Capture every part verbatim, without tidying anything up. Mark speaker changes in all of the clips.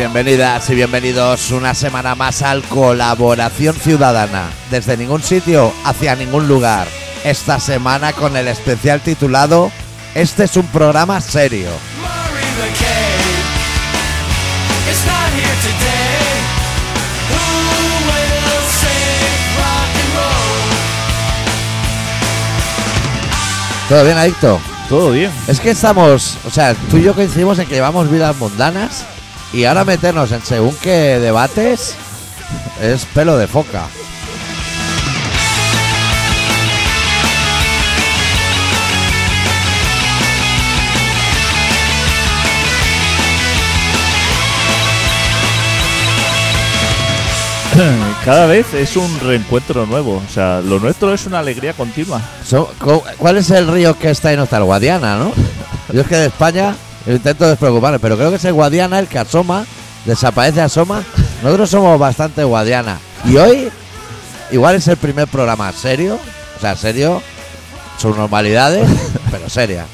Speaker 1: Bienvenidas y bienvenidos una semana más al Colaboración Ciudadana. Desde ningún sitio hacia ningún lugar. Esta semana con el especial titulado Este es un programa serio. ¿Todo bien, Adicto?
Speaker 2: Todo bien.
Speaker 1: Es que estamos, o sea, tú y yo coincidimos en que llevamos vidas mundanas y ahora meternos en según qué debates es pelo de foca.
Speaker 2: Cada vez es un reencuentro nuevo. O sea, lo nuestro es una alegría continua.
Speaker 1: So, ¿Cuál es el río que está ahí? No está el Guadiana, ¿no? Yo es que de España intento despreocuparme, pero creo que es el Guadiana el que asoma, desaparece, asoma. Nosotros somos bastante Guadiana. Y hoy, igual es el primer programa serio. O sea, serio, son normalidades, pero seria.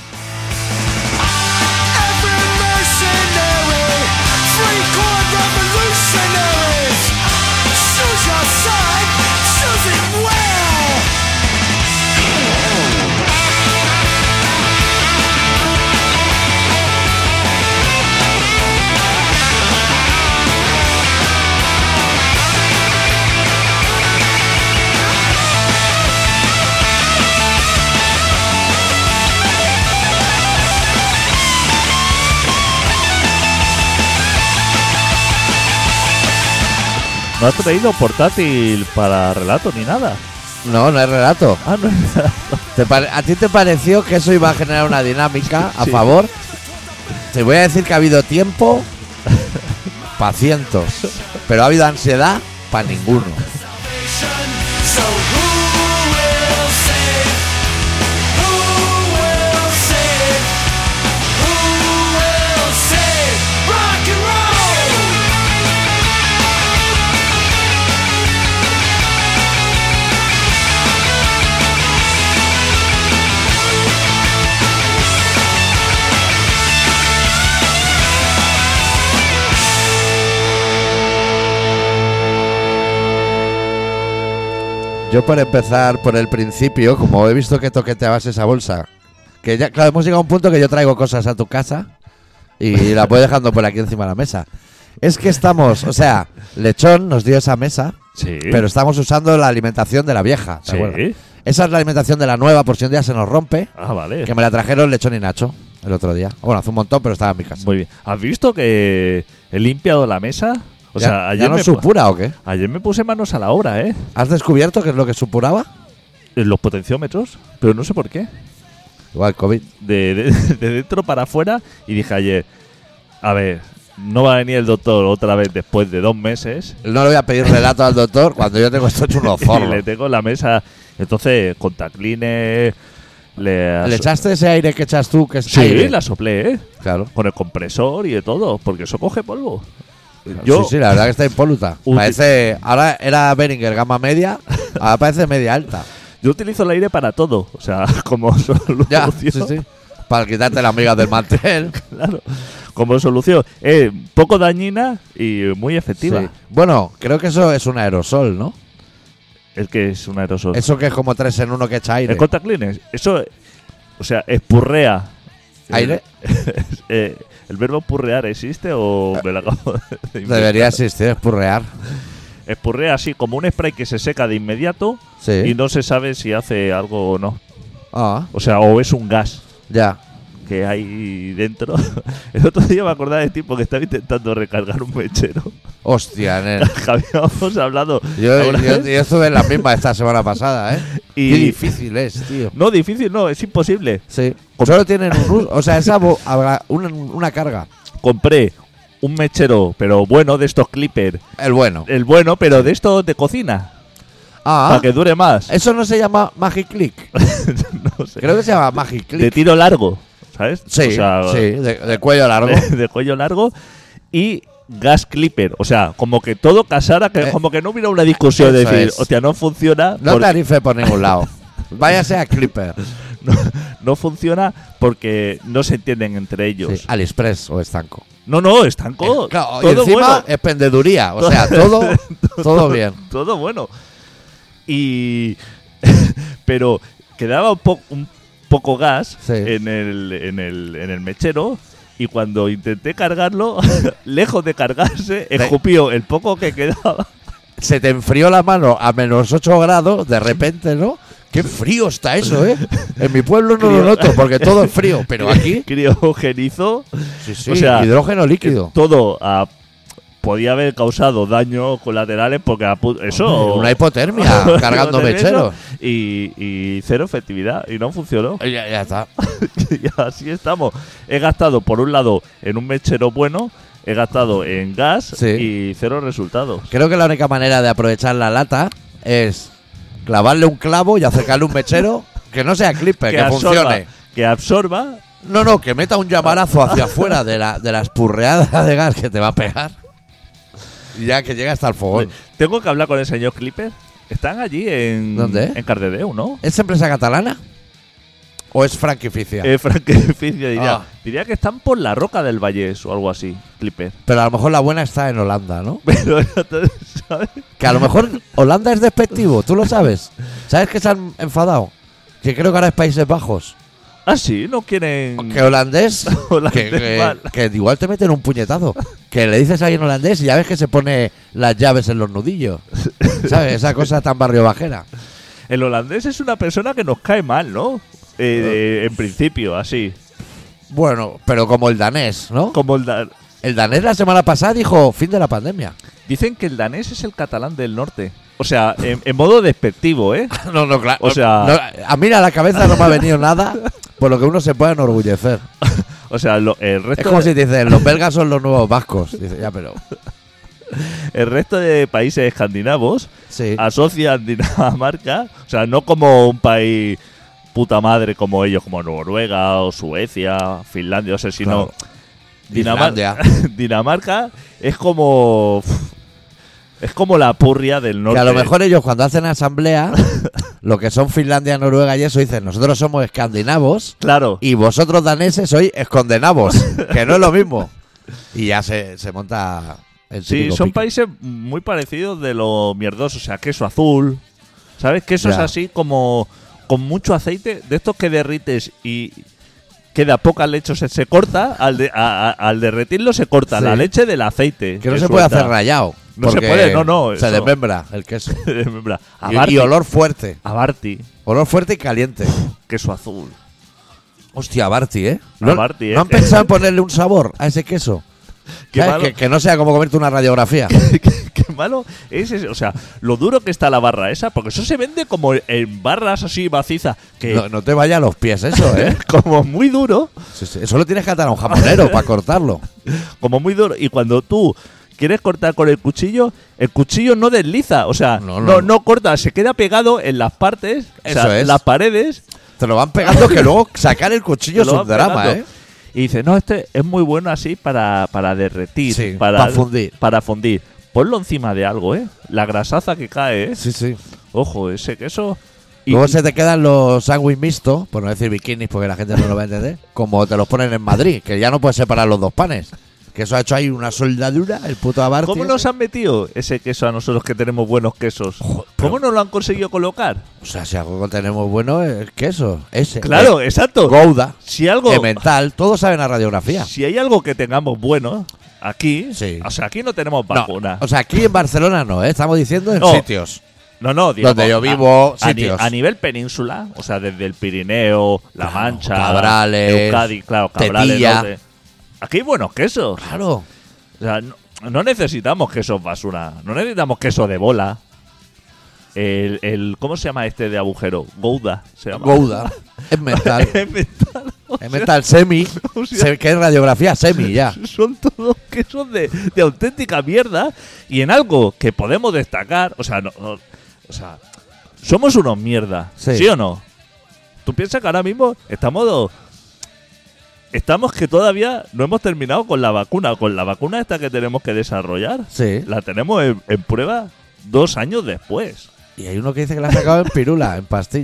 Speaker 2: No has traído portátil para relato ni nada.
Speaker 1: No, no es relato.
Speaker 2: Ah, no es relato.
Speaker 1: ¿Te pare- ¿A ti te pareció que eso iba a generar una dinámica a
Speaker 2: Sí.
Speaker 1: favor? Te voy a decir que ha habido tiempo para cientos, pero ha habido ansiedad para ninguno. Yo por empezar por el principio, como he visto que toqueteabas esa bolsa, que ya, claro, hemos llegado a un punto que yo traigo cosas a tu casa y la voy dejando por aquí encima de la mesa. Es que estamos, o sea, Lechón nos dio esa mesa,
Speaker 2: Sí.
Speaker 1: pero estamos usando la alimentación de la vieja, ¿te
Speaker 2: Sí.
Speaker 1: acuerdas? Esa es la alimentación de la nueva, por si un día se nos rompe,
Speaker 2: Ah, vale.
Speaker 1: que me la trajeron Lechón y Nacho el otro día. Bueno, hace un montón, pero estaba en mi casa.
Speaker 2: Muy bien. ¿Has visto que he limpiado la mesa? O
Speaker 1: ¿Ya,
Speaker 2: sea,
Speaker 1: ya
Speaker 2: ayer
Speaker 1: no
Speaker 2: me, pu-
Speaker 1: supura o qué?
Speaker 2: ayer me puse manos a la obra, ¿eh?
Speaker 1: ¿Has descubierto qué es lo que supuraba?
Speaker 2: En los potenciómetros, pero no sé por qué.
Speaker 1: Igual COVID.
Speaker 2: De, de, de dentro para afuera. Y dije ayer, a ver, no va a venir el doctor otra vez después de dos meses.
Speaker 1: No le voy a pedir relato al doctor cuando yo tengo esto hecho unos
Speaker 2: Y
Speaker 1: zorros.
Speaker 2: le tengo la mesa. Entonces, contact cleaner. Le,
Speaker 1: ¿Le echaste ese aire que echas tú? Que es
Speaker 2: Sí,
Speaker 1: aire?
Speaker 2: la soplé, ¿eh?
Speaker 1: Claro.
Speaker 2: Con el compresor y de todo, porque eso coge polvo. Yo,
Speaker 1: Sí, sí, la verdad que está impoluta.
Speaker 2: Uti-
Speaker 1: Parece. Ahora era Behringer gama media, ahora parece media alta.
Speaker 2: yo utilizo el aire para todo. O sea, como solución.
Speaker 1: Ya, sí, sí. Para quitarte las migas del mantel.
Speaker 2: Claro. Como solución. Es poco dañina y muy efectiva.
Speaker 1: Sí. Bueno, creo que eso es un aerosol, ¿no?
Speaker 2: El que es un aerosol.
Speaker 1: Eso que es como tres en uno que echa aire.
Speaker 2: El contact cleaner, eso, o sea, espurrea.
Speaker 1: ¿Aire?
Speaker 2: Eh, ¿El verbo purrear existe o me lo acabo de inventar?
Speaker 1: Debería existir, es purrear.
Speaker 2: Espurrea así como un spray que se seca de inmediato
Speaker 1: Sí.
Speaker 2: y no se sabe si hace algo o no.
Speaker 1: Ah,
Speaker 2: O sea, o es un gas
Speaker 1: ya.
Speaker 2: que hay dentro. El otro día me acordaba de tipo que estaba intentando recargar un mechero.
Speaker 1: Hostia, nen.
Speaker 2: Que habíamos hablado.
Speaker 1: Yo,
Speaker 2: alguna
Speaker 1: yo,
Speaker 2: vez.
Speaker 1: yo estuve en la misma esta semana pasada, ¿eh?
Speaker 2: Y-
Speaker 1: Qué difícil es, tío.
Speaker 2: No, difícil no, es imposible.
Speaker 1: Sí. Solo tienen un uso. O sea, esa bo- habrá una, una carga.
Speaker 2: Compré un mechero, pero bueno, de estos clippers.
Speaker 1: El bueno.
Speaker 2: El bueno, pero de estos de cocina.
Speaker 1: Ah,
Speaker 2: Para que dure más.
Speaker 1: eso no se llama Magic Click.
Speaker 2: No sé.
Speaker 1: Creo que se llama Magic
Speaker 2: De
Speaker 1: Click.
Speaker 2: tiro largo, ¿sabes?
Speaker 1: Sí,
Speaker 2: O sea,
Speaker 1: sí, de, de cuello largo.
Speaker 2: De, de cuello largo. Y gas clipper. O sea, como que todo casara, que
Speaker 1: Eh,
Speaker 2: como que no hubiera una discusión de
Speaker 1: eso
Speaker 2: decir,
Speaker 1: es.
Speaker 2: hostia, no funciona.
Speaker 1: No
Speaker 2: porque-
Speaker 1: tarife por ningún lado. Váyase a Clipper.
Speaker 2: No, no funciona porque no se entienden entre ellos.
Speaker 1: Sí, AliExpress o Estanco.
Speaker 2: No, no, Estanco.
Speaker 1: Eh, claro, y
Speaker 2: todo
Speaker 1: encima
Speaker 2: bueno.
Speaker 1: es pendeduría. O sea, todo, todo bien.
Speaker 2: Todo bueno. Y. Pero quedaba un, po- un poco gas
Speaker 1: Sí.
Speaker 2: en, el, en, el, en el mechero. Y cuando intenté cargarlo, lejos de cargarse, escupió el poco que quedaba.
Speaker 1: Se te enfrió la mano a menos ocho grados, de repente, ¿no? Qué frío está eso, ¿eh? En mi pueblo no lo noto porque todo es frío, pero aquí...
Speaker 2: Criogenizó.
Speaker 1: Sí, sí,
Speaker 2: O sea,
Speaker 1: hidrógeno líquido.
Speaker 2: Todo a- podía haber causado daños colaterales porque a pu- eso...
Speaker 1: Una hipotermia cargando
Speaker 2: hipotermia,
Speaker 1: mecheros.
Speaker 2: eso, Y, y cero efectividad. Y no funcionó.
Speaker 1: Ya, ya está.
Speaker 2: Y así estamos. He gastado, por un lado, en un mechero bueno, he gastado en gas
Speaker 1: Sí.
Speaker 2: y cero resultados.
Speaker 1: Creo que la única manera de aprovechar la lata es clavarle un clavo y acercarle un mechero que no sea clipper, que,
Speaker 2: absorba,
Speaker 1: funcione.
Speaker 2: que absorba.
Speaker 1: No, no, que meta un llamarazo hacia afuera de la, de la espurreada de gas que te va a pegar. Y ya que llega hasta el fogón.
Speaker 2: Tengo que hablar con el señor Clipper. Están allí en...
Speaker 1: ¿Dónde?
Speaker 2: En Cardedeu, ¿no?
Speaker 1: ¿Es empresa catalana? ¿O es franquicia?
Speaker 2: Eh, franquicia diría.
Speaker 1: Ah.
Speaker 2: Diría que están por la Roca del Vallés o algo así, Clipper.
Speaker 1: Pero a lo mejor la buena está en Holanda, ¿no?
Speaker 2: Pero, ¿sabes?
Speaker 1: Que a lo mejor Holanda es despectivo, tú lo sabes. ¿Sabes que se han enfadado? Que creo que ahora es Países Bajos.
Speaker 2: Ah, sí, no quieren...
Speaker 1: Que holandés,
Speaker 2: Holandés
Speaker 1: que, que-
Speaker 2: mal.
Speaker 1: que igual te meten un puñetazo. Que le dices ahí en holandés y ya ves que se pone las llaves en los nudillos. ¿Sabes? Esa cosa tan barrio bajera.
Speaker 2: El holandés es una persona que nos cae mal, ¿no? Eh, eh, en principio, así.
Speaker 1: Bueno, pero como el danés, ¿no?
Speaker 2: Como el da-
Speaker 1: El danés la semana pasada dijo fin de la pandemia.
Speaker 2: Dicen que el danés es el catalán del norte. O sea, en, en modo despectivo, ¿eh?
Speaker 1: No, no, claro.
Speaker 2: O sea-
Speaker 1: No, a mí a la cabeza no me ha venido nada por lo que uno se puede enorgullecer.
Speaker 2: O sea, lo- el, resto
Speaker 1: Es como
Speaker 2: de,
Speaker 1: si te dicen, los belgas son los nuevos vascos. Dice, ya, pero...
Speaker 2: el resto de países escandinavos
Speaker 1: Sí.
Speaker 2: asocian Dinamarca, o sea, no como un país puta madre como ellos, como Noruega o Suecia, Finlandia, o sea, sino
Speaker 1: Claro.
Speaker 2: Dinamar-
Speaker 1: Islandia.
Speaker 2: Dinamarca es como es como la purria del norte.
Speaker 1: Que a lo mejor ellos cuando hacen asamblea, lo que son Finlandia, Noruega y eso, dicen, nosotros somos escandinavos
Speaker 2: Claro.
Speaker 1: y vosotros daneses sois escondenavos, que no es lo mismo. Y ya se, se monta el
Speaker 2: Sí,
Speaker 1: típico
Speaker 2: son
Speaker 1: pique.
Speaker 2: países muy parecidos de lo mierdoso, o sea, queso azul. ¿Sabes? Queso es
Speaker 1: Ya.
Speaker 2: así como con mucho aceite, de estos que derrites y queda poca leche, o sea, se corta, al, de- a- a- al derretirlo se corta
Speaker 1: Sí.
Speaker 2: la leche del aceite.
Speaker 1: Que no se puede
Speaker 2: suelta.
Speaker 1: hacer rayado.
Speaker 2: No se
Speaker 1: porque
Speaker 2: puede, no, no,
Speaker 1: Se
Speaker 2: eso.
Speaker 1: desmembra el queso.
Speaker 2: a
Speaker 1: Y,
Speaker 2: Barty,
Speaker 1: y olor fuerte.
Speaker 2: a Barty,
Speaker 1: Olor fuerte y caliente.
Speaker 2: queso azul.
Speaker 1: Hostia, Barty, ¿eh?
Speaker 2: A
Speaker 1: ¿No,
Speaker 2: Barty, ¿eh?
Speaker 1: ¿no han pensado en ponerle un sabor a ese queso?
Speaker 2: Qué
Speaker 1: ¿Sabes?
Speaker 2: malo.
Speaker 1: Que, que no sea como comerte una radiografía.
Speaker 2: qué, qué malo es ese, o sea, lo duro que está la barra esa, porque eso se vende como en barras así macizas, que
Speaker 1: No, no te vaya a los pies eso, ¿eh?
Speaker 2: como muy duro,
Speaker 1: Sí, sí. Eso lo tienes que atar a un jamonero para cortarlo.
Speaker 2: como muy duro, y cuando tú quieres cortar con el cuchillo, el cuchillo no desliza, o sea,
Speaker 1: No,
Speaker 2: no,
Speaker 1: no.
Speaker 2: no, corta, se queda pegado en las partes, o
Speaker 1: Eso
Speaker 2: sea,
Speaker 1: es.
Speaker 2: las paredes,
Speaker 1: Te lo van pegando que luego sacar el cuchillo
Speaker 2: te
Speaker 1: es
Speaker 2: lo
Speaker 1: un
Speaker 2: van
Speaker 1: drama,
Speaker 2: pegando.
Speaker 1: ¿eh?
Speaker 2: Y dice, no, este es muy bueno así para, para derretir,
Speaker 1: Sí,
Speaker 2: para,
Speaker 1: pa' fundir.
Speaker 2: para fundir. Ponlo encima de algo, ¿eh? La grasaza que cae, ¿eh?
Speaker 1: Sí, sí.
Speaker 2: Ojo, ese queso. Y-
Speaker 1: Luego se te quedan los sándwiches mixtos, por no decir bikinis porque la gente no lo va a entender, como te los ponen en Madrid, que ya no puedes separar los dos panes. Que eso ha hecho ahí una soldadura, el puto Abarty.
Speaker 2: ¿Cómo nos han metido ese queso a nosotros que tenemos buenos quesos? ¿Cómo nos lo han conseguido colocar?
Speaker 1: O sea, si algo tenemos bueno es queso, ese.
Speaker 2: Claro,
Speaker 1: Eh,
Speaker 2: exacto.
Speaker 1: Gouda,
Speaker 2: Si algo,
Speaker 1: Emmental, todos saben a radiografía.
Speaker 2: si hay algo que tengamos bueno aquí,
Speaker 1: Sí.
Speaker 2: o sea, aquí no tenemos
Speaker 1: No,
Speaker 2: vacuna.
Speaker 1: o sea, aquí en Barcelona no, ¿eh? Estamos diciendo en
Speaker 2: No.
Speaker 1: sitios.
Speaker 2: No, no, digamos,
Speaker 1: Donde yo vivo,
Speaker 2: a, a ni-
Speaker 1: sitios.
Speaker 2: a nivel península, o sea, desde el Pirineo, La
Speaker 1: Claro,
Speaker 2: Mancha,
Speaker 1: Cabrales,
Speaker 2: Euskadi, claro, Cabrales,
Speaker 1: Tetilla.
Speaker 2: Norte. Aquí hay buenos quesos.
Speaker 1: Claro.
Speaker 2: O sea, no, no necesitamos quesos basura, no necesitamos queso de bola. El, el ¿cómo se llama este de agujero? Gouda se llama.
Speaker 1: Gouda. Emmental.
Speaker 2: Emmental, o sea,
Speaker 1: Emmental semi.
Speaker 2: o sea,
Speaker 1: se- que es radiografía semi ya.
Speaker 2: son todos quesos de, de auténtica mierda y en algo que podemos destacar, o sea, no, no- o sea, somos unos mierda,
Speaker 1: Sí.
Speaker 2: ¿sí o no? Tú piensas que ahora mismo estamos estamos que todavía no hemos terminado con la vacuna, con la vacuna esta que tenemos que desarrollar.
Speaker 1: Sí.
Speaker 2: La tenemos en, en prueba dos años después.
Speaker 1: Y hay uno que dice que la ha sacado en pirula, en pastilla.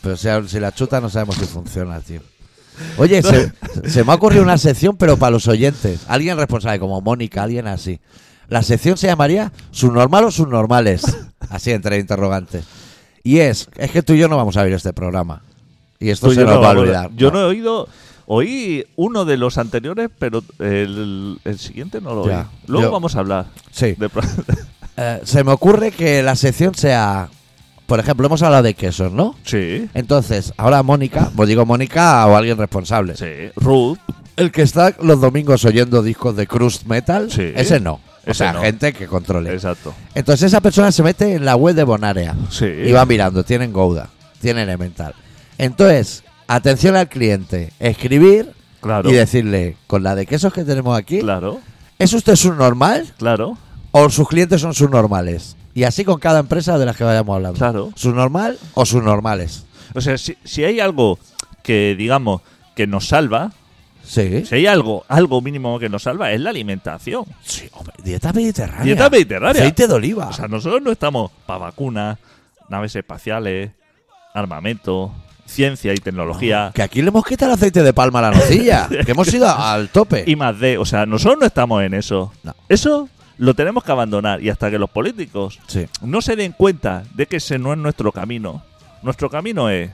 Speaker 1: Pero si, si la chuta no sabemos si funciona, tío. Oye, se, se me ha ocurrido una sección, pero para los oyentes. Alguien responsable, como Mónica, alguien así. La sección se llamaría ¿Subnormal o subnormales? Así, entre interrogantes. Y es, es que tú y yo no vamos a oír este programa. Y esto
Speaker 2: Pues
Speaker 1: se
Speaker 2: yo
Speaker 1: nos
Speaker 2: no,
Speaker 1: va a olvidar.
Speaker 2: Yo
Speaker 1: No.
Speaker 2: no he oído... Oí uno de los anteriores, pero el, el siguiente no lo oí.
Speaker 1: Ya,
Speaker 2: Luego
Speaker 1: yo-
Speaker 2: vamos a hablar.
Speaker 1: Sí.
Speaker 2: De pro-
Speaker 1: Eh, se me ocurre que la sección sea... Por ejemplo, hemos hablado de quesos, ¿no?
Speaker 2: sí,
Speaker 1: Entonces, ahora Mónica, pues digo Mónica o alguien responsable.
Speaker 2: sí. Ruth,
Speaker 1: El que está los domingos oyendo discos de crust metal,
Speaker 2: Sí.
Speaker 1: ese no. O
Speaker 2: Ese
Speaker 1: sea,
Speaker 2: no.
Speaker 1: gente que controle.
Speaker 2: exacto.
Speaker 1: Entonces esa persona se mete en la web de Bonaria
Speaker 2: Sí.
Speaker 1: y va mirando, tienen Gouda, tienen Elemental. Entonces, atención al cliente, escribir
Speaker 2: Claro.
Speaker 1: y decirle, con la de quesos que tenemos aquí,
Speaker 2: Claro,
Speaker 1: ¿es usted subnormal
Speaker 2: claro,
Speaker 1: o sus clientes son subnormales? Y así con cada empresa de las que vayamos hablando.
Speaker 2: claro.
Speaker 1: ¿Subnormal o subnormales?
Speaker 2: O sea, si, si hay algo que, digamos, que nos salva,
Speaker 1: Sí.
Speaker 2: si hay algo, algo mínimo que nos salva, es la alimentación.
Speaker 1: Sí, hombre, dieta mediterránea.
Speaker 2: Dieta mediterránea.
Speaker 1: Aceite de oliva.
Speaker 2: O sea, nosotros no estamos para vacunas, naves espaciales, armamento, ciencia y tecnología.
Speaker 1: Que aquí le hemos quitado el aceite de palma a la nocilla. Que hemos ido al tope.
Speaker 2: Y más de, o sea, nosotros no estamos en eso.
Speaker 1: No.
Speaker 2: Eso lo tenemos que abandonar. Y hasta que los políticos
Speaker 1: Sí.
Speaker 2: no se den cuenta de que ese no es nuestro camino. Nuestro camino es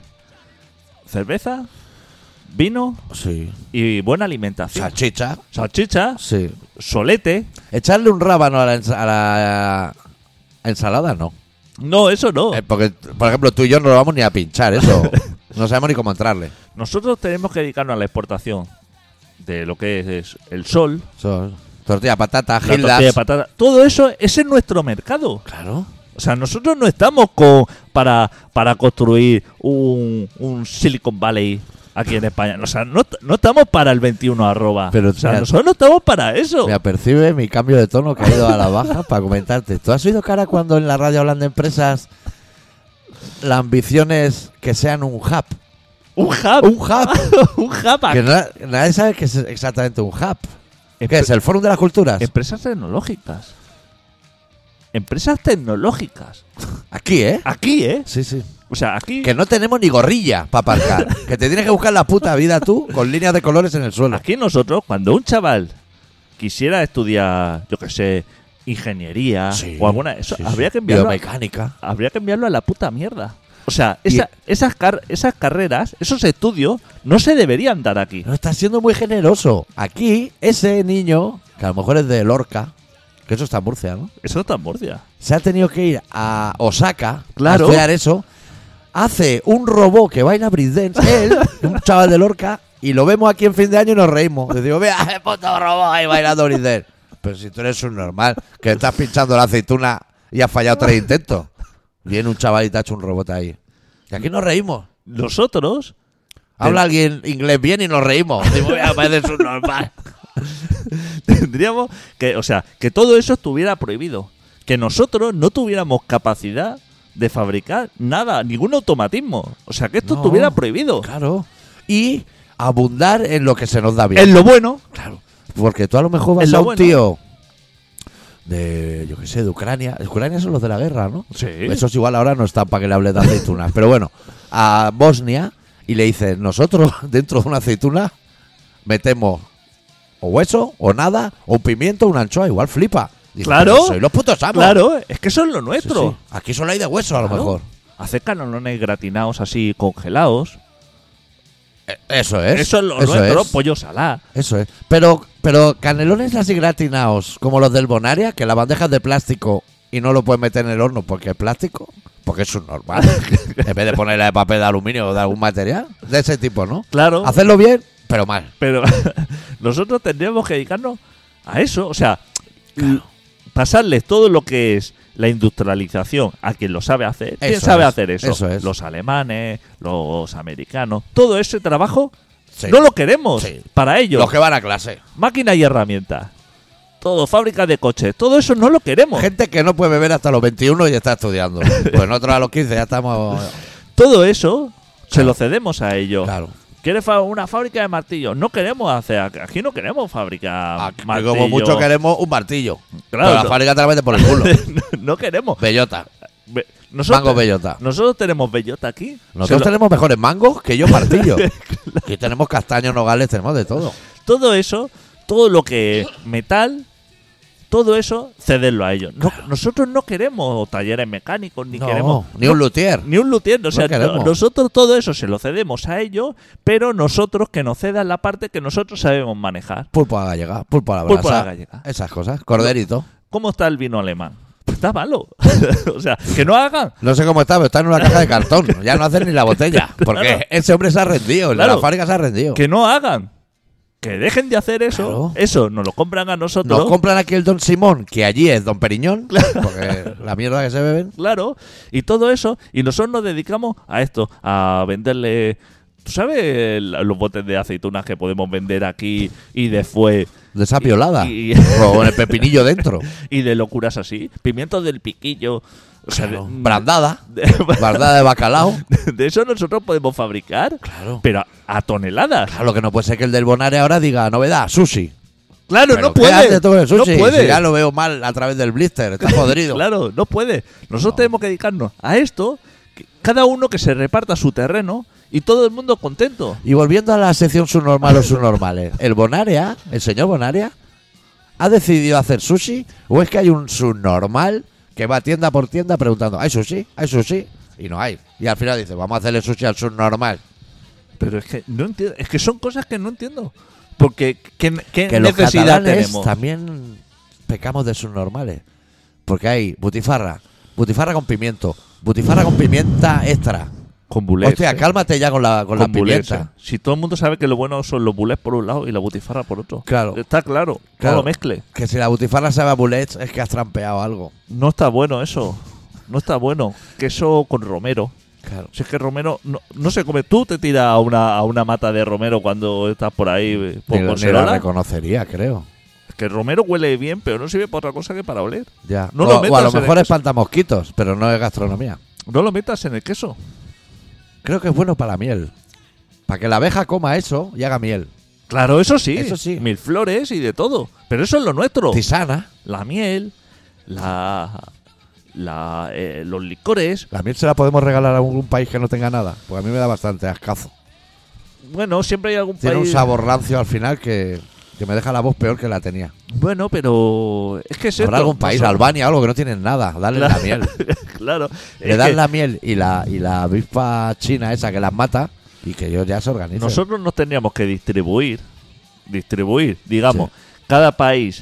Speaker 2: cerveza, vino
Speaker 1: Sí.
Speaker 2: y buena alimentación.
Speaker 1: Salchicha.
Speaker 2: Salchicha,
Speaker 1: Sí.
Speaker 2: solete.
Speaker 1: Echarle un rábano a la, ens- a la ensalada, no.
Speaker 2: No, eso no.
Speaker 1: Eh, porque, por ejemplo, tú y yo no lo vamos ni a pinchar, eso. No sabemos ni cómo entrarle.
Speaker 2: Nosotros tenemos que dedicarnos a la exportación de lo que es, es el sol,
Speaker 1: Eso, tortilla, patata,
Speaker 2: la tortilla de
Speaker 1: gildas.
Speaker 2: patata. Todo eso, ese es nuestro mercado.
Speaker 1: Claro.
Speaker 2: O sea, nosotros no estamos con, para, para construir un, un Silicon Valley aquí en España. O sea, no, no estamos para el veintiuno arroba.
Speaker 1: Pero,
Speaker 2: o sea,
Speaker 1: mira,
Speaker 2: nosotros no estamos para eso.
Speaker 1: Me apercibe mi cambio de tono que ha ido a la baja para comentarte. ¿Tú has oído cara cuando en la radio hablan de empresas la ambición es que sean un hub?
Speaker 2: Un hub.
Speaker 1: Un hub.
Speaker 2: un hub.
Speaker 1: Que na- nadie sabe qué es exactamente un hub. ¿Qué
Speaker 2: Empre-
Speaker 1: es? ¿El Fórum de las Culturas?
Speaker 2: Empresas tecnológicas. Empresas tecnológicas.
Speaker 1: Aquí, ¿eh?
Speaker 2: Aquí, ¿eh?
Speaker 1: Sí, sí.
Speaker 2: O sea, aquí,
Speaker 1: Que no tenemos ni gorrilla para aparcar. Que te tienes que buscar la puta vida tú con líneas de colores en el suelo.
Speaker 2: aquí nosotros, cuando un chaval quisiera estudiar, yo qué sé, ingeniería
Speaker 1: Sí,
Speaker 2: o alguna, eso
Speaker 1: sí,
Speaker 2: habría
Speaker 1: sí.
Speaker 2: que enviarlo. a-
Speaker 1: Biomecánica.
Speaker 2: habría que enviarlo a la puta mierda. O sea,
Speaker 1: Y-
Speaker 2: esa- esas, car- esas carreras, esos estudios, no se deberían dar aquí.
Speaker 1: No estás siendo muy generoso. Aquí, ese niño, que a lo mejor es de Lorca, que eso está en Murcia, ¿no?
Speaker 2: Eso está en Murcia.
Speaker 1: Se ha tenido que ir a Osaka
Speaker 2: Claro.
Speaker 1: a estudiar eso. Hace un robot que baila breakdance, él, un chaval de Lorca, y lo vemos aquí en fin de año y nos reímos. Y digo, vea, el puto robot ahí bailando breakdance. Pero si tú eres un normal, que estás pinchando la aceituna y has fallado tres intentos. Viene un chaval y te ha hecho un robot ahí. Y aquí nos reímos.
Speaker 2: Nosotros
Speaker 1: Habla alguien inglés bien y nos reímos. Digo, vea, pareces un normal.
Speaker 2: tendríamos que, o sea, que todo eso estuviera prohibido. Que nosotros no tuviéramos capacidad de fabricar nada, ningún automatismo. O sea, que esto
Speaker 1: No.
Speaker 2: estuviera prohibido.
Speaker 1: Claro. Y abundar en lo que se nos da bien.
Speaker 2: Es lo bueno.
Speaker 1: Claro. Porque tú a lo mejor vas
Speaker 2: Es lo
Speaker 1: a un
Speaker 2: bueno.
Speaker 1: tío de, yo qué sé, de Ucrania. Ucrania son los de la guerra, ¿no?
Speaker 2: Sí.
Speaker 1: Esos igual ahora no están para que le hable de aceitunas. Pero bueno, a Bosnia y le dicen, nosotros dentro de una aceituna metemos o hueso, o nada, o un pimiento, una anchoa. Igual flipa. Dice,
Speaker 2: Claro.
Speaker 1: "Pero soy los putos amos".
Speaker 2: Claro, es que eso es lo
Speaker 1: Sí,
Speaker 2: nuestro.
Speaker 1: sí. Aquí solo hay de hueso, a lo
Speaker 2: Claro.
Speaker 1: mejor.
Speaker 2: Hacer canelones gratinados así congelados.
Speaker 1: Eh, Eso es.
Speaker 2: Eso es lo
Speaker 1: eso
Speaker 2: nuestro,
Speaker 1: es.
Speaker 2: pollo salá.
Speaker 1: Eso es. Pero, pero canelones así gratinados, como los del Bonaria, que la bandeja es de plástico y no lo puedes meter en el horno porque es plástico, porque es un normal. En vez de ponerla de papel de aluminio o de algún material, de ese tipo, ¿no?
Speaker 2: Claro.
Speaker 1: Hacerlo bien, pero mal.
Speaker 2: Pero nosotros tendríamos que dedicarnos a eso. O sea, l- pasarles todo lo que es la industrialización a quien lo sabe hacer. ¿Quién
Speaker 1: Eso
Speaker 2: sabe
Speaker 1: es,
Speaker 2: hacer eso?
Speaker 1: eso es.
Speaker 2: Los alemanes, los americanos. Todo ese trabajo
Speaker 1: Sí.
Speaker 2: no lo queremos
Speaker 1: Sí.
Speaker 2: para ellos.
Speaker 1: Los que van a clase.
Speaker 2: Máquinas y herramientas. Todo, fábricas de coches. Todo eso no lo queremos.
Speaker 1: Gente que no puede beber hasta los veintiuno y está estudiando. Pues nosotros a los quince ya estamos.
Speaker 2: Todo eso se
Speaker 1: Claro.
Speaker 2: lo cedemos a ellos.
Speaker 1: Claro.
Speaker 2: ¿Quieres fa- una fábrica de martillos? No queremos hacer. Aquí no queremos fabricar
Speaker 1: Aquí
Speaker 2: martillos.
Speaker 1: como mucho queremos un martillo.
Speaker 2: Claro,
Speaker 1: Pero la
Speaker 2: no.
Speaker 1: fábrica te la mete por el culo.
Speaker 2: no queremos.
Speaker 1: Bellota.
Speaker 2: Ve- Nosotros,
Speaker 1: Mango bellota.
Speaker 2: Nosotros tenemos bellota aquí.
Speaker 1: Nosotros
Speaker 2: Se lo-
Speaker 1: tenemos mejores mangos que yo partillo. Aquí tenemos castaños, nogales, tenemos de todo.
Speaker 2: Todo eso, todo lo que metal, todo eso, cederlo a ellos. No- nosotros no queremos talleres mecánicos, ni
Speaker 1: No,
Speaker 2: queremos...
Speaker 1: ni un luthier.
Speaker 2: Ni un luthier, o sea,
Speaker 1: No queremos.
Speaker 2: no- nosotros todo eso se lo cedemos a ellos, pero nosotros que nos cedan la parte que nosotros sabemos manejar.
Speaker 1: Pulpo a la gallega, pulpo a la brasa.
Speaker 2: Pulpo a la gallega.
Speaker 1: Esas cosas. Corderito.
Speaker 2: ¿Cómo está el vino alemán? Pues está malo. O sea, que no hagan.
Speaker 1: No sé cómo está, pero está en una caja de cartón. Ya no hacen ni la botella. Porque
Speaker 2: Claro.
Speaker 1: ese hombre se ha rendido. El de
Speaker 2: Claro.
Speaker 1: la fábrica se ha rendido.
Speaker 2: Que no hagan. Que dejen de hacer eso.
Speaker 1: Claro.
Speaker 2: Eso nos lo compran a nosotros.
Speaker 1: Nos compran aquí el Don Simón, que allí es Don Periñón. Porque la mierda que se beben.
Speaker 2: Claro. Y todo eso. Y nosotros nos dedicamos a esto. A venderle... ¿Tú sabes los botes de aceitunas que podemos vender aquí y después...
Speaker 1: De esa piolada.
Speaker 2: Y,
Speaker 1: Con el pepinillo dentro.
Speaker 2: y de locuras así? Pimientos del piquillo. O sea,
Speaker 1: Claro.
Speaker 2: de-
Speaker 1: Brandada.
Speaker 2: de,
Speaker 1: Brandada de bacalao.
Speaker 2: de eso nosotros podemos fabricar.
Speaker 1: Claro.
Speaker 2: Pero a, a toneladas.
Speaker 1: Claro, lo que no puede ser que el del Bonare ahora diga novedad, sushi.
Speaker 2: Claro,
Speaker 1: Pero
Speaker 2: no
Speaker 1: ¿qué
Speaker 2: puede.
Speaker 1: hace todo el
Speaker 2: No
Speaker 1: sushi?
Speaker 2: puede.
Speaker 1: Si ya lo veo mal a través del blister, está podrido.
Speaker 2: Claro, no puede. Nosotros
Speaker 1: No.
Speaker 2: tenemos que dedicarnos a esto, que cada uno que se reparta su terreno y todo el mundo contento.
Speaker 1: Y volviendo a la sección subnormal o subnormales, ¿el Bonaria, el señor Bonaria, ha decidido hacer sushi o es que hay un subnormal que va tienda por tienda preguntando, ¿hay sushi? ¿Hay sushi? Y no hay. Y al final dice, vamos a hacerle sushi al subnormal.
Speaker 2: Pero es que no entiendo, es que son cosas que no entiendo. Porque ¿qué, qué
Speaker 1: Que los
Speaker 2: necesidad
Speaker 1: catalanes
Speaker 2: tenemos?
Speaker 1: también pecamos de subnormales. Porque hay butifarra, butifarra con pimiento, butifarra con pimienta extra.
Speaker 2: Con bulets.
Speaker 1: Hostia,
Speaker 2: ¿eh?
Speaker 1: cálmate ya con la, con la
Speaker 2: Con bulets,
Speaker 1: pimienta.
Speaker 2: ¿eh? Si todo el mundo sabe que lo bueno son los bulets por un lado y la butifarra por otro.
Speaker 1: Claro.
Speaker 2: Está claro.
Speaker 1: Claro.
Speaker 2: No lo mezcle.
Speaker 1: Que si la butifarra sabe a bullets es que has trampeado algo.
Speaker 2: No está bueno eso. No está bueno. Queso con romero.
Speaker 1: Claro.
Speaker 2: Si es que romero no, no se come. Tú te tiras a una, a una mata de romero cuando estás por ahí eh, por
Speaker 1: Ni, ni la
Speaker 2: Conserola.
Speaker 1: reconocería, creo.
Speaker 2: Es que el romero huele bien, pero no sirve para otra cosa que para oler.
Speaker 1: Ya.
Speaker 2: No
Speaker 1: o,
Speaker 2: lo
Speaker 1: o a
Speaker 2: metas
Speaker 1: lo
Speaker 2: en el
Speaker 1: mejor
Speaker 2: queso.
Speaker 1: espanta mosquitos, pero no es gastronomía.
Speaker 2: No lo metas en el queso.
Speaker 1: Creo que es bueno para la miel. Para que la abeja coma eso y haga miel.
Speaker 2: Claro, eso sí.
Speaker 1: Eso sí.
Speaker 2: Mil flores y de todo. Pero eso es lo nuestro.
Speaker 1: Tisana.
Speaker 2: La miel, la, la eh, los licores.
Speaker 1: La miel se la podemos regalar a algún país que no tenga nada. Porque a mí me da bastante ascazo.
Speaker 2: Bueno, siempre hay algún
Speaker 1: Tiene
Speaker 2: país.
Speaker 1: un sabor rancio al final que, que me deja la voz peor que la tenía.
Speaker 2: Bueno, pero es que es
Speaker 1: Habrá
Speaker 2: esto.
Speaker 1: algún país,
Speaker 2: Nosotros-
Speaker 1: Albania, algo que no tienen nada. Dale
Speaker 2: Claro.
Speaker 1: la miel.
Speaker 2: Claro.
Speaker 1: Le
Speaker 2: es
Speaker 1: dan
Speaker 2: que
Speaker 1: la miel y la, y la avispa china esa que las mata y que ellos ya se organicen.
Speaker 2: nosotros nos tendríamos que distribuir, distribuir, digamos, cada país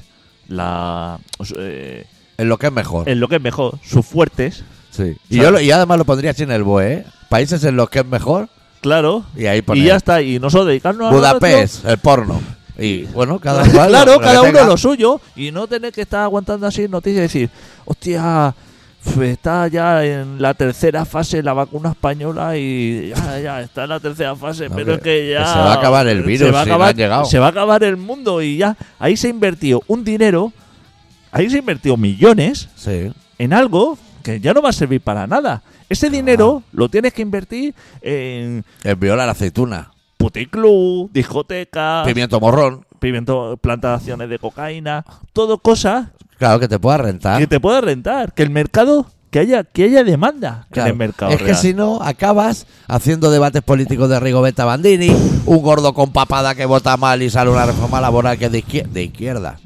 Speaker 2: la eh,
Speaker 1: En lo que es mejor.
Speaker 2: en lo que es mejor, sus fuertes,
Speaker 1: Sí.
Speaker 2: O
Speaker 1: Y,
Speaker 2: sea,
Speaker 1: yo lo- y además lo pondría así en el B O E, ¿eh? Países en los que es mejor
Speaker 2: claro,
Speaker 1: y ahí
Speaker 2: y
Speaker 1: poner
Speaker 2: ya está, y nosotros dedicarnos a lo
Speaker 1: Budapest, el porno. Y bueno, cada
Speaker 2: nuestro.
Speaker 1: cual
Speaker 2: Claro,
Speaker 1: lo que
Speaker 2: cada uno
Speaker 1: tenga.
Speaker 2: lo suyo, y no tener que estar aguantando así noticias y decir, hostia, f- está ya en la tercera fase la vacuna española y ya, ya está en la tercera fase,
Speaker 1: No,
Speaker 2: pero es
Speaker 1: que-
Speaker 2: que ya
Speaker 1: que se va a acabar el virus
Speaker 2: se va a
Speaker 1: si no
Speaker 2: acabar,
Speaker 1: han llegado.
Speaker 2: se va a acabar el mundo y ya ahí se ha invertido un dinero, ahí se ha invertido millones
Speaker 1: Sí.
Speaker 2: en algo que ya no va a servir para nada. Ese dinero lo tienes que invertir en
Speaker 1: El viola la aceituna.
Speaker 2: puticlub, discotecas,
Speaker 1: Pimiento morrón.
Speaker 2: pimiento, plantaciones de cocaína, todo cosas
Speaker 1: Claro, que te pueda rentar.
Speaker 2: que te pueda rentar, que el mercado, que haya, que haya demanda
Speaker 1: Claro.
Speaker 2: en el mercado
Speaker 1: Es que
Speaker 2: real.
Speaker 1: si no, acabas haciendo debates políticos de Rigoberta Bandini, un gordo con papada que vota mal y sale una reforma laboral que es de izquier- de izquierda.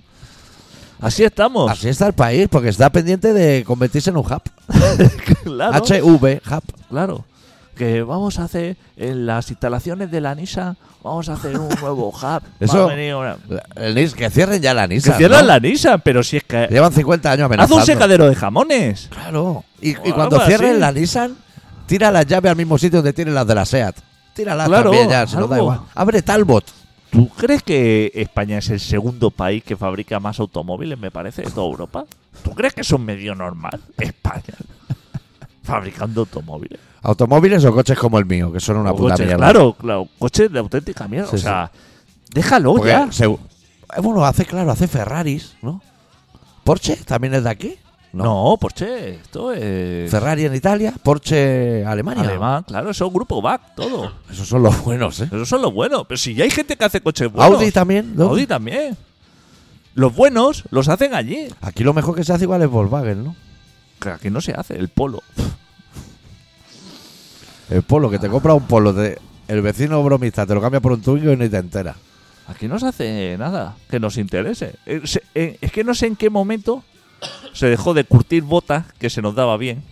Speaker 2: Así estamos.
Speaker 1: Así está el país, porque está pendiente de convertirse en un hub.
Speaker 2: claro,
Speaker 1: H V, hub.
Speaker 2: claro. Que vamos a hacer en las instalaciones de la Nissan, vamos a hacer un nuevo hub.
Speaker 1: Eso-
Speaker 2: Va a venir una-
Speaker 1: El Nis- que cierren ya la
Speaker 2: Que
Speaker 1: Nissan.
Speaker 2: cierran
Speaker 1: ¿no?
Speaker 2: la Nissan, pero si es que
Speaker 1: Llevan cincuenta años
Speaker 2: haz
Speaker 1: amenazando.
Speaker 2: un secadero de jamones.
Speaker 1: Claro. Y, y
Speaker 2: O
Speaker 1: cuando
Speaker 2: algo
Speaker 1: cierren
Speaker 2: así.
Speaker 1: la Nissan, tira las llaves al mismo sitio donde tienen las de la SEAT. Tíralas
Speaker 2: Claro,
Speaker 1: también ya, se nos da
Speaker 2: algo.
Speaker 1: igual. Abre Talbot.
Speaker 2: ¿Tú crees que España es el segundo país que fabrica más automóviles, me parece, de toda Europa? ¿Tú crees que eso es medio normal? España. Fabricando automóviles.
Speaker 1: ¿Automóviles o coches como el mío, que son una
Speaker 2: O
Speaker 1: puta
Speaker 2: coches,
Speaker 1: mierda?
Speaker 2: Claro, claro. Coches de auténtica mierda.
Speaker 1: Sí,
Speaker 2: o sea, déjalo
Speaker 1: Porque
Speaker 2: ya.
Speaker 1: se- eh, bueno, hace, claro, hace Ferraris, ¿no? ¿Porsche también es de aquí?
Speaker 2: No, Porsche, esto es
Speaker 1: Ferrari en Italia, Porsche Alemania.
Speaker 2: alemán, claro, eso es un grupo B A C, todo.
Speaker 1: Esos son los buenos, ¿eh?
Speaker 2: Esos son los buenos. Pero si ya hay gente que hace coches buenos.
Speaker 1: Audi también, ¿no?
Speaker 2: Audi también. Los buenos los hacen allí.
Speaker 1: Aquí lo mejor que se hace igual es Volkswagen, ¿no?
Speaker 2: Que aquí no se hace, el polo.
Speaker 1: El polo, que te compra un polo, de, el vecino bromista te lo cambia por un Twingo y ni te enteras.
Speaker 2: Aquí no se hace nada que nos interese. Es, es que no sé en qué momento se dejó de curtir botas, que se nos daba bien.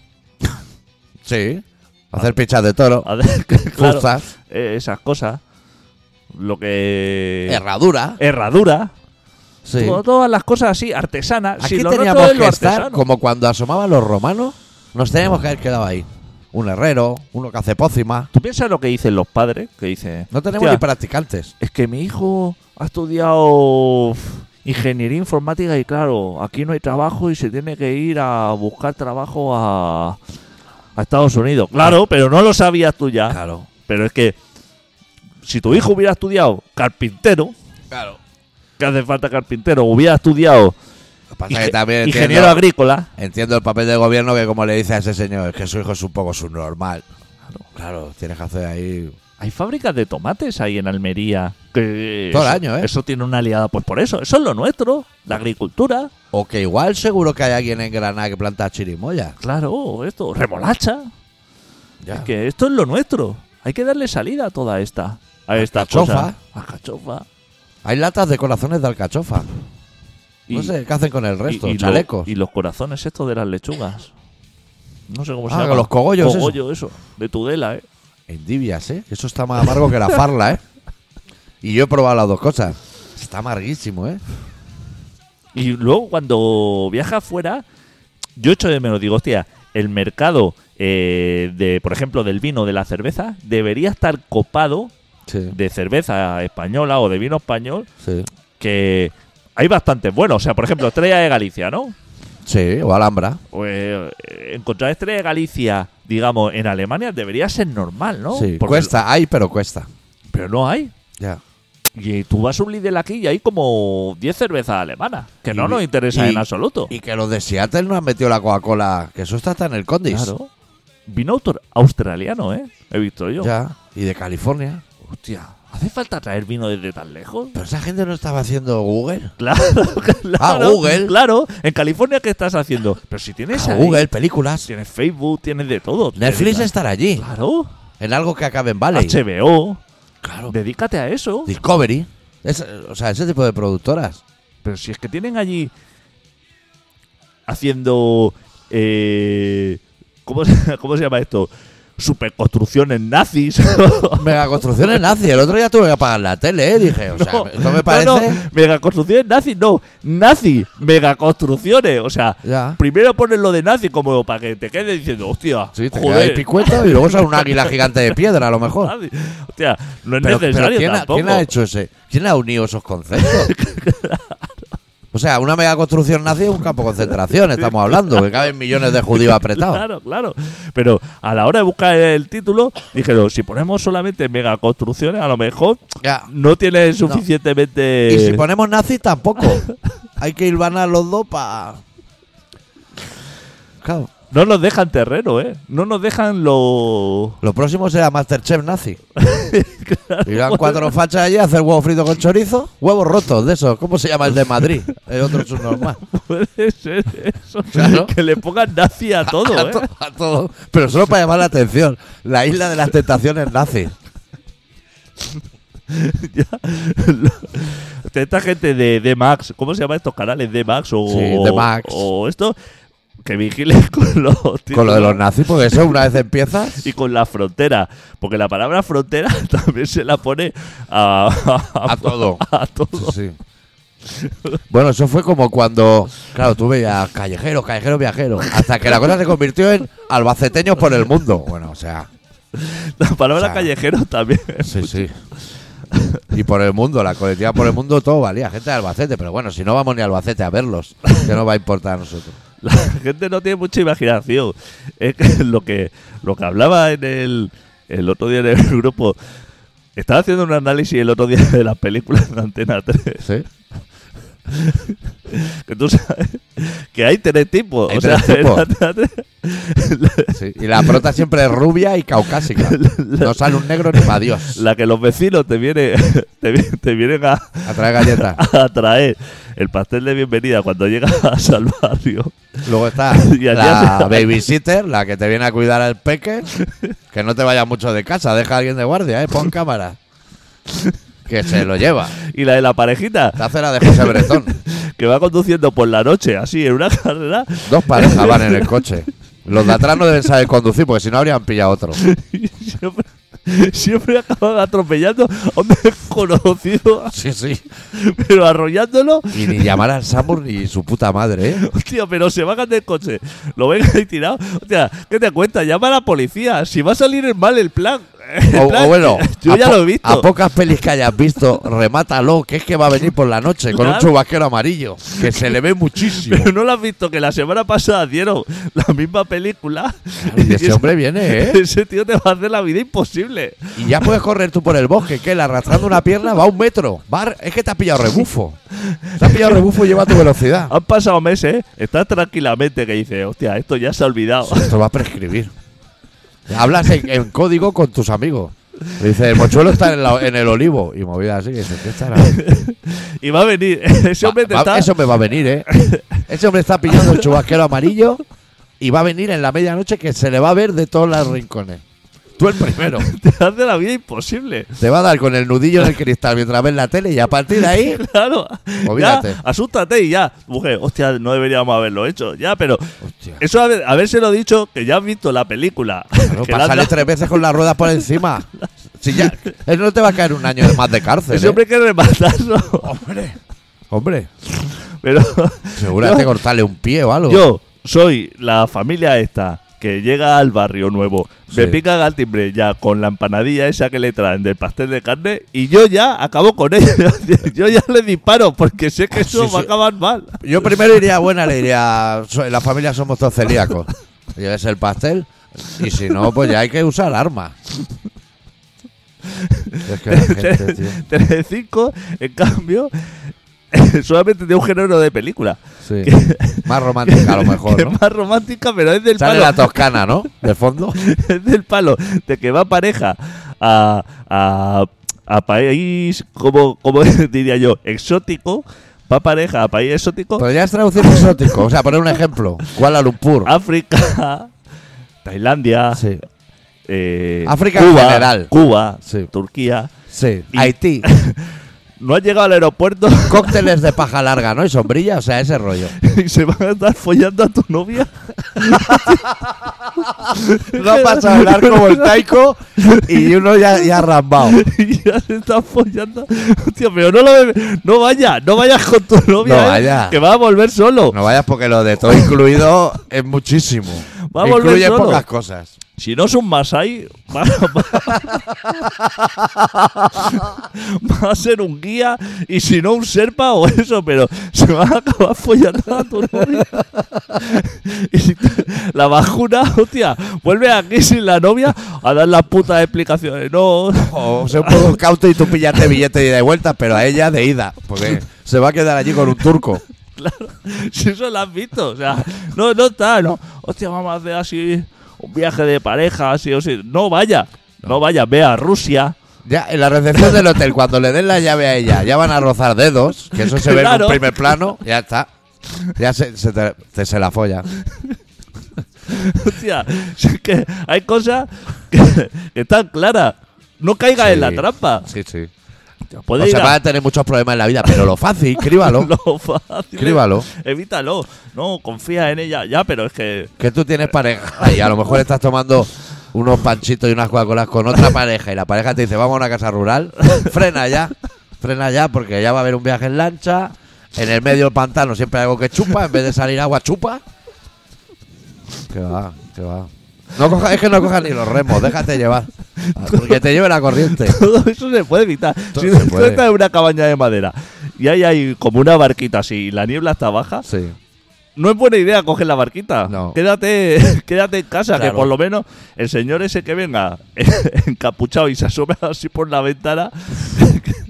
Speaker 1: Sí, hacer pichas de toro,
Speaker 2: Hacer- claro,
Speaker 1: fustas,
Speaker 2: eh, esas cosas. Lo que...
Speaker 1: herradura.
Speaker 2: Herradura.
Speaker 1: Sí.
Speaker 2: Todo- todas las cosas así, artesanas.
Speaker 1: Aquí
Speaker 2: Si lo
Speaker 1: teníamos
Speaker 2: nuestro es lo
Speaker 1: que estar
Speaker 2: artesano.
Speaker 1: como cuando asomaban los romanos, nos teníamos que haber quedado ahí. Un herrero, uno que hace pócima.
Speaker 2: ¿Tú piensas lo que dicen los padres? Que dicen...
Speaker 1: No tenemos
Speaker 2: "Hostia,
Speaker 1: ni practicantes.
Speaker 2: es que mi hijo ha estudiado ingeniería informática y claro, aquí no hay trabajo y se tiene que ir a buscar trabajo a, a Estados Unidos". Claro, pero no lo sabías tú ya.
Speaker 1: Claro.
Speaker 2: Pero es que si tu hijo hubiera estudiado carpintero,
Speaker 1: Claro.
Speaker 2: que hace falta carpintero, hubiera estudiado
Speaker 1: Lo que pasa
Speaker 2: inge-
Speaker 1: es que también
Speaker 2: ingeniero
Speaker 1: entiendo,
Speaker 2: agrícola,
Speaker 1: entiendo el papel del gobierno que como le dice a ese señor, es que su hijo es un poco subnormal. Claro, claro, tienes que hacer ahí...
Speaker 2: hay fábricas de tomates ahí en Almería. Que
Speaker 1: Todo el
Speaker 2: eso-
Speaker 1: año, ¿eh?
Speaker 2: Eso tiene una aliada, pues por eso. Eso es lo nuestro, la agricultura.
Speaker 1: O que igual seguro que hay alguien en Granada que planta chirimoya.
Speaker 2: Claro, esto, remolacha.
Speaker 1: Ya.
Speaker 2: Es que esto es lo nuestro. Hay que darle salida a toda esta. A esta
Speaker 1: Alcachofa.
Speaker 2: cosa. Alcachofa.
Speaker 1: Hay latas de corazones de alcachofa. No
Speaker 2: Y-
Speaker 1: sé qué hacen con el resto,
Speaker 2: y, y lo-
Speaker 1: chalecos.
Speaker 2: y los corazones estos de las lechugas. No sé cómo se
Speaker 1: Ah,
Speaker 2: llama.
Speaker 1: los cogollos, eso.
Speaker 2: Cogollo, eso. De Tudela, ¿eh?
Speaker 1: Endivias, ¿eh? Eso está más amargo que la farla, ¿eh? Y yo he probado las dos cosas. Está amarguísimo, ¿eh?
Speaker 2: Y luego cuando viaja afuera, yo echo de menos, digo, hostia, el mercado eh, de, por ejemplo, del vino, de la cerveza, debería estar copado
Speaker 1: Sí.
Speaker 2: de cerveza española o de vino español,
Speaker 1: Sí.
Speaker 2: que hay bastantes buenos. O sea, por ejemplo, Estrella de Galicia, ¿no?
Speaker 1: Sí, o Alhambra.
Speaker 2: Pues eh, encontrar Estrella de Galicia, digamos, en Alemania debería ser normal, ¿no?
Speaker 1: Sí,
Speaker 2: Porque-
Speaker 1: cuesta, hay, pero cuesta.
Speaker 2: Pero no hay.
Speaker 1: Ya.
Speaker 2: Y tú vas a un Lidl aquí y hay como diez cervezas alemanas, que no
Speaker 1: Y-
Speaker 2: nos interesa
Speaker 1: y-
Speaker 2: en absoluto.
Speaker 1: Y que los de Seattle no han metido la Coca-Cola, que eso está hasta en el Condis.
Speaker 2: Claro. Vino autor- australiano, ¿eh? He visto yo.
Speaker 1: Ya. Y de California.
Speaker 2: Hostia, ¿hace falta traer vino desde tan lejos?
Speaker 1: Pero esa gente no estaba haciendo Google.
Speaker 2: Claro, claro.
Speaker 1: Ah, Google.
Speaker 2: Claro. En California, ¿qué estás haciendo? Pero si tienes
Speaker 1: Ah,
Speaker 2: ahí,
Speaker 1: Google, películas.
Speaker 2: tienes Facebook, tienes de todo.
Speaker 1: Netflix
Speaker 2: Dedica-
Speaker 1: estará allí.
Speaker 2: Claro.
Speaker 1: En algo que acabe en Valley.
Speaker 2: H B O.
Speaker 1: Claro.
Speaker 2: Dedícate a eso.
Speaker 1: Discovery. Es- o sea, ese tipo de productoras.
Speaker 2: Pero si es que tienen allí haciendo... Eh, ¿cómo, se, ¿Cómo se llama esto? Superconstrucciones nazis.
Speaker 1: Megaconstrucciones nazi. El otro día tuve que apagar la tele, ¿eh? Dije, o sea,
Speaker 2: No,
Speaker 1: esto me
Speaker 2: no,
Speaker 1: parece...
Speaker 2: no, megaconstrucciones nazis, no. Nazi, megaconstrucciones. O sea,
Speaker 1: Ya.
Speaker 2: primero pones lo de nazi como para que te quedes diciendo, hostia,
Speaker 1: Sí, te
Speaker 2: joder.
Speaker 1: quedáis picueto y luego son un águila gigante de piedra, a lo mejor.
Speaker 2: nazi. Hostia, no es
Speaker 1: Pero, pero
Speaker 2: necesario
Speaker 1: ¿quién, ha,
Speaker 2: tampoco.
Speaker 1: quién ha hecho ese? ¿Quién ha unido esos conceptos? O sea, una megaconstrucción nazi es un campo de concentración, estamos hablando, que caben millones de judíos apretados.
Speaker 2: Claro, claro. Pero a la hora de buscar el título, dijeron, si ponemos solamente megaconstrucciones, a lo mejor
Speaker 1: Ya.
Speaker 2: no tiene suficientemente...
Speaker 1: Y si ponemos nazi, tampoco. Hay que hilvanar los dos para... Claro.
Speaker 2: No nos dejan terreno, ¿eh? No nos dejan lo...
Speaker 1: Lo próximo será Masterchef nazi. Irán cuatro fachas allí a hacer huevo frito con chorizo. Huevos rotos de esos. ¿Cómo se llama el de Madrid? El otro es un normal.
Speaker 2: Puede ser eso.
Speaker 1: Claro.
Speaker 2: Que le pongan nazi a todo,
Speaker 1: a,
Speaker 2: ¿eh?
Speaker 1: to- a todo. Pero solo para llamar la atención. La isla de las tentaciones nazi.
Speaker 2: Ya. Esta gente de D-Max, ¿cómo se llaman estos canales? D-Max o,
Speaker 1: Sí, D-Max.
Speaker 2: o esto, que vigilen con los
Speaker 1: Con lo de los
Speaker 2: títulos
Speaker 1: nazis, porque eso una vez empiezas...
Speaker 2: y con la frontera, porque la palabra frontera también se la pone a,
Speaker 1: A todo.
Speaker 2: a todo.
Speaker 1: Sí. Bueno, eso fue como cuando, claro, tú veías callejeros, callejeros, viajeros, hasta que la cosa se convirtió en albaceteños por el mundo. Bueno, o sea,
Speaker 2: La palabra
Speaker 1: O sea,
Speaker 2: callejero también.
Speaker 1: sí, sí. Y por el mundo, la colectiva por el mundo, todo valía. Gente de Albacete, pero bueno, si no vamos ni a Albacete a verlos, que no va a importar a nosotros.
Speaker 2: La gente no tiene mucha imaginación. Es que lo que lo que hablaba en el, el otro día en el grupo, estaba haciendo un análisis el otro día de las películas de Antena tres.
Speaker 1: ¿Sí?
Speaker 2: Que tú sabes que hay tres tipos.
Speaker 1: Hay
Speaker 2: o sea,
Speaker 1: tres tipos.
Speaker 2: la- la-
Speaker 1: Sí, y la prota siempre es rubia y caucásica. No sale un negro ni para Dios.
Speaker 2: la que los vecinos te vienen, te, vi- te vienen a,
Speaker 1: A traer galletas.
Speaker 2: a traer el pastel de bienvenida cuando llegas al barrio.
Speaker 1: Luego está
Speaker 2: Y al
Speaker 1: la
Speaker 2: día-
Speaker 1: babysitter, la que te viene a cuidar al peque. Que no te vayas mucho de casa, deja a alguien de guardia, ¿eh? Pon cámara. Que se lo lleva.
Speaker 2: Y la de la parejita
Speaker 1: Te hace la de José Bretón.
Speaker 2: que va conduciendo por la noche, así, en una carrera.
Speaker 1: Dos parejas van en el coche. Los de atrás no deben saber conducir porque si no habrían pillado otro.
Speaker 2: Y siempre, siempre acaban atropellando a un desconocido,
Speaker 1: Sí, sí.
Speaker 2: pero arrollándolo.
Speaker 1: Y ni llamar al Samur ni su puta madre, ¿eh?
Speaker 2: Hostia, pero se bajan del coche, lo ven ahí tirado. Hostia, ¿qué te cuenta? Llama a la policía. Si va a salir mal el plan. El
Speaker 1: O,
Speaker 2: plan,
Speaker 1: o bueno,
Speaker 2: yo
Speaker 1: a
Speaker 2: ya
Speaker 1: po-
Speaker 2: lo he visto.
Speaker 1: A pocas pelis que hayas visto, remátalo, que es que va a venir por la noche con un
Speaker 2: Claro.
Speaker 1: chubasquero amarillo, que se le ve muchísimo.
Speaker 2: Pero no lo has visto que la semana pasada dieron la misma película.
Speaker 1: Y ese hombre viene, ¿eh?
Speaker 2: Ese tío te va a hacer la vida imposible.
Speaker 1: Y ya puedes correr tú por el bosque, que él arrastrando una pierna va a un metro. Va a- es que te has pillado rebufo. Te has pillado rebufo y lleva tu velocidad.
Speaker 2: Han pasado meses, estás tranquilamente que dices, hostia, esto ya se ha olvidado.
Speaker 1: Esto va a prescribir. Hablas en, en código con tus amigos. Le dice, el mochuelo está en, la- en el olivo. Y movida así, y dice, ¿qué estará?
Speaker 2: Y va a venir. Ese hombre te
Speaker 1: Va- va-
Speaker 2: está.
Speaker 1: Eso me va a venir, ¿eh? Ese hombre está pillando el chubasquero amarillo y va a venir en la medianoche que se le va a ver de todos los rincones. Tú el primero.
Speaker 2: Te hace la vida imposible.
Speaker 1: Te va a dar con el nudillo en el cristal mientras ves la tele y a partir de ahí,
Speaker 2: Claro.
Speaker 1: Olvídate.
Speaker 2: Ya, asústate y ya. Mujer, hostia, no deberíamos haberlo hecho. Ya, pero.
Speaker 1: hostia,
Speaker 2: Eso haber, habérselo dicho que ya has visto la película.
Speaker 1: claro,
Speaker 2: Que le han
Speaker 1: pásale
Speaker 2: dado-
Speaker 1: tres veces con las ruedas por encima. Si ya, él no te va a caer un año más de cárcel.
Speaker 2: Ese
Speaker 1: ¿eh?
Speaker 2: hombre hay que rematarlo.
Speaker 1: Hombre, hombre,
Speaker 2: Pero.
Speaker 1: seguramente
Speaker 2: yo,
Speaker 1: cortarle un pie o algo.
Speaker 2: yo soy la familia esta que llega al barrio nuevo, me
Speaker 1: Sí.
Speaker 2: pican al timbre ya con la empanadilla esa que le traen del pastel de carne y yo ya acabo con ella. Yo ya le disparo porque sé que
Speaker 1: Ah,
Speaker 2: eso
Speaker 1: sí,
Speaker 2: va a
Speaker 1: sí.
Speaker 2: acabar mal.
Speaker 1: Yo primero iría buena, le diría, "So- en la familia somos todos celíacos. Lleves el pastel y si no, pues ya hay que usar armas. Es que la gente, tío.
Speaker 2: Telecinco, en cambio, solamente tiene un género de película.
Speaker 1: Sí. Más romántica a lo mejor,
Speaker 2: Que
Speaker 1: ¿no?
Speaker 2: es más romántica, pero es del
Speaker 1: Sale
Speaker 2: palo.
Speaker 1: la toscana, ¿no? De fondo.
Speaker 2: Es del palo de que va pareja a, a, a país, como, como diría yo, exótico. Va pareja a país exótico.
Speaker 1: Podrías traducir exótico, o sea, poner un ejemplo. Kuala Lumpur.
Speaker 2: África, Tailandia,
Speaker 1: Sí,
Speaker 2: eh,
Speaker 1: África en
Speaker 2: Cuba,
Speaker 1: general.
Speaker 2: Cuba,
Speaker 1: Sí.
Speaker 2: Turquía.
Speaker 1: sí.
Speaker 2: Y-
Speaker 1: Haití.
Speaker 2: No han llegado al aeropuerto
Speaker 1: Cócteles de paja larga, ¿no? Y sombrilla, o sea, ese rollo.
Speaker 2: y se van a estar follando a tu novia.
Speaker 1: No pasa a hablar como el taiko y uno ya, ya rambao.
Speaker 2: Y ya se están follando. Hostia, pero no lo ve- no vayas, no vayas con tu novia,
Speaker 1: No
Speaker 2: eh,
Speaker 1: vaya.
Speaker 2: que va a volver solo.
Speaker 1: No vayas porque lo de todo incluido es muchísimo.
Speaker 2: Va a volver
Speaker 1: Incluye
Speaker 2: solo.
Speaker 1: pocas cosas.
Speaker 2: Si no es un Masai, va, va- va a ser un guía y si no un serpa o eso, pero se va a acabar follando a tu novia. Y si te- la vacuna, hostia, vuelve aquí sin la novia a dar las putas explicaciones. No,
Speaker 1: O sea, un poco cauto y tú pillarte billete de ida y vuelta, pero a ella de ida. Porque se va a quedar allí con un turco.
Speaker 2: si eso lo has visto, o sea, no, no está, no. Hostia, vamos a hacer así un viaje de pareja, así o así. No vaya, no vaya, ve a Rusia.
Speaker 1: Ya, en la recepción del hotel, cuando le den la llave a ella, ya van a rozar dedos, que eso se ve en
Speaker 2: Claro.
Speaker 1: un primer plano, ya está. Ya se, se te, te se la folla.
Speaker 2: Hostia, si es que hay cosas que, que están claras. No caigas
Speaker 1: Sí.
Speaker 2: en la trampa.
Speaker 1: Sí, sí. O
Speaker 2: Puedes ir
Speaker 1: sea,
Speaker 2: a-
Speaker 1: van a tener muchos problemas en la vida, pero lo fácil, escríbalo.
Speaker 2: lo fácil.
Speaker 1: Escríbalo.
Speaker 2: Evítalo. No, confía en ella. Ya, pero es que.
Speaker 1: Que tú tienes pareja y a lo mejor estás tomando unos panchitos y unas Coca-Colas con otra pareja y la pareja te dice, vamos a una casa rural, frena ya, frena ya porque ya va a haber un viaje en lancha, en el medio del pantano siempre hay algo que chupa, en vez de salir agua chupa. Que va, que va. No coja, es que no cojas ni los remos, déjate llevar. Que te lleve la corriente.
Speaker 2: Todo eso se puede evitar.
Speaker 1: Todo
Speaker 2: Si
Speaker 1: se
Speaker 2: tú
Speaker 1: puede.
Speaker 2: estás en una cabaña de madera y ahí hay como una barquita así y la niebla está baja,
Speaker 1: Sí.
Speaker 2: no es buena idea coger la barquita.
Speaker 1: No.
Speaker 2: Quédate, quédate en casa,
Speaker 1: Claro.
Speaker 2: que por lo menos el señor ese que venga encapuchado y se asome así por la ventana,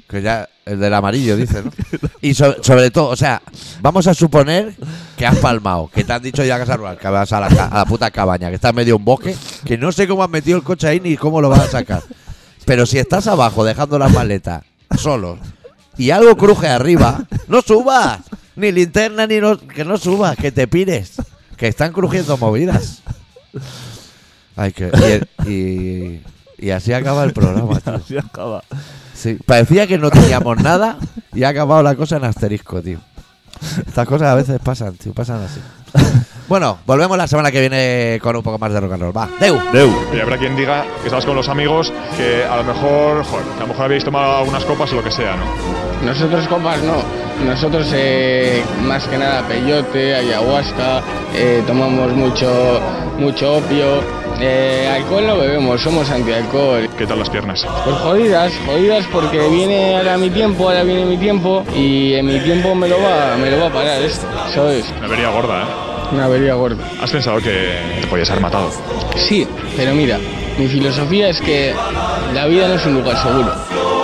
Speaker 1: Que ya, el del amarillo, dice, ¿no? Y so- sobre todo, o sea, vamos a suponer que has palmado, que te han dicho ya a casa rural, que vas a la, ca- a la puta cabaña, que está en medio de un bosque, que no sé cómo has metido el coche ahí ni cómo lo vas a sacar. Pero si estás abajo dejando las maletas solo y algo cruje arriba, no subas, ni linterna, ni no, que no subas, que te pires, que están crujiendo movidas. Ay, que, y, y, y así acaba el programa, tío.
Speaker 2: Así acaba.
Speaker 1: Sí, parecía que no teníamos nada y ha acabado la cosa en asterisco, tío. Estas cosas a veces pasan, tío, pasan así. Bueno, volvemos la semana que viene con un poco más de rock and roll. Va, Deu.
Speaker 2: Deu.
Speaker 3: Y habrá quien diga que estabas con los amigos, que a lo mejor, joder, que a lo mejor habéis tomado algunas copas o lo que sea, ¿no?
Speaker 4: Nosotros copas no, nosotros eh, más que nada peyote, ayahuasca, eh, tomamos mucho, mucho opio, eh, alcohol no bebemos, somos antialcohol.
Speaker 3: ¿Qué tal las piernas?
Speaker 4: Pues jodidas, jodidas porque viene ahora mi tiempo, ahora viene mi tiempo y en mi tiempo me lo va, me lo va a parar esto, ¿sabes?
Speaker 3: Una avería gorda, ¿eh?
Speaker 4: Una avería gorda.
Speaker 3: ¿Has pensado que te podías haber matado?
Speaker 4: Sí, pero mira, mi filosofía es que la vida no es un lugar seguro.